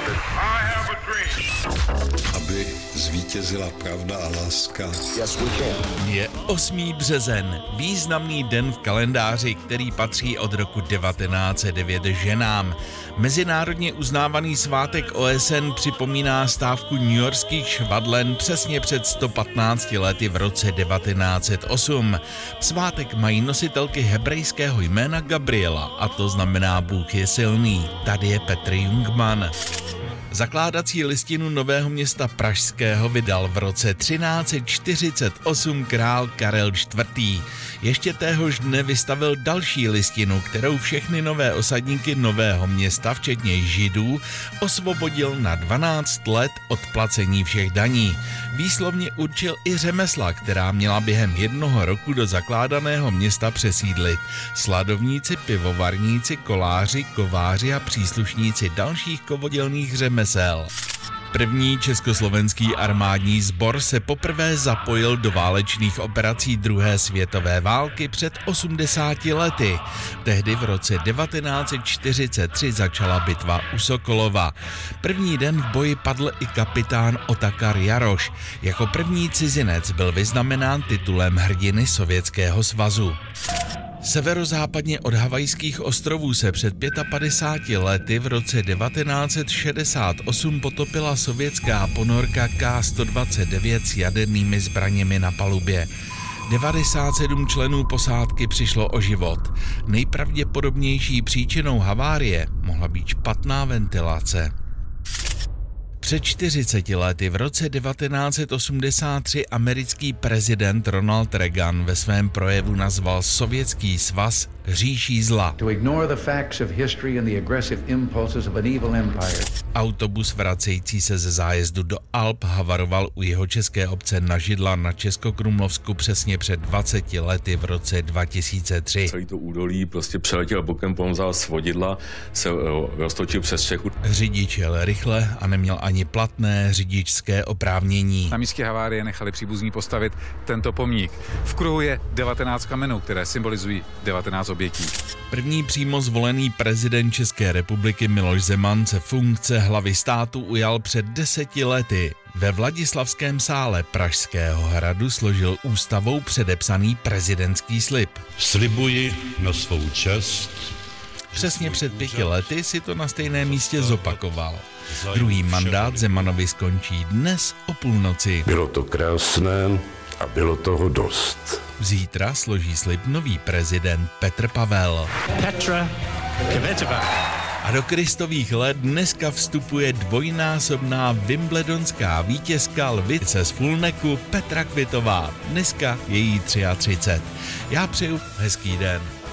Aby zvítězila pravda a láska. Je 8. březen, významný den v kalendáři, který patří od roku 1909 ženám. Mezinárodně uznávaný svátek OSN připomíná stávku newyorských švadlen přesně před 115 lety v roce 1908. Svátek mají nositelky hebrejského jména Gabriela, a to znamená Bůh je silný. Tady je Petr Jungmann. Zakládací listinu Nového Města pražského vydal v roce 1348 král Karel IV. Ještě téhož dne vystavil další listinu, kterou všechny nové osadníky Nového Města, včetně Židů, osvobodil na 12 let od placení všech daní. Výslovně určil i řemesla, která měla během jednoho roku do zakládaného města přesídlit. Sladovníci, pivovarníci, koláři, kováři a příslušníci dalších kovodělných řemesel. První československý armádní sbor se poprvé zapojil do válečných operací druhé světové války před 80 lety. Tehdy v roce 1943 začala bitva u Sokolova. První den v boji padl i kapitán Otakar Jaroš. Jako první cizinec byl vyznamenán titulem hrdiny Sovětského svazu. Severozápadně od Havajských ostrovů se před 55 lety v roce 1968 potopila sovětská ponorka K-129 s jadernými zbraněmi na palubě. 97 členů posádky přišlo o život. Nejpravděpodobnější příčinou havárie mohla být špatná ventilace. Před 40 lety v roce 1983 americký prezident Ronald Reagan ve svém projevu nazval Sovětský svaz říší zla. Autobus vracející se ze zájezdu do Alp havaroval u jihočeské obce Nažidla na Českokrumlovsku přesně před 20 lety v roce 2003. Celý to údolí prostě přeletěl bokem, pomzal svodidla, se roztočil přes střechu. Řidič jel rychle a neměl ani platné řidičské oprávnění. Na místě havárie nechali příbuzní postavit tento pomník. V kruhu je 19 kamenů, které symbolizují 19 obětí. První přímo zvolený prezident České republiky Miloš Zeman se funkce hlavy státu ujal před 10 lety. Ve Vladislavském sále Pražského hradu složil ústavou předepsaný prezidentský slib. Slibuji na svou čest. Přesně před 5 lety si to na stejném místě zopakoval. Druhý mandát Zemanovi skončí dnes o půlnoci. Bylo to krásné a bylo toho dost. Zítra složí slib nový prezident Petr Pavel. Petra Kvitova. A do Kristových let dneska vstupuje dvojnásobná wimbledonská vítězka lvice z Fulneku Petra Kvitová. Dneska je jí 33. Já přeju hezký den.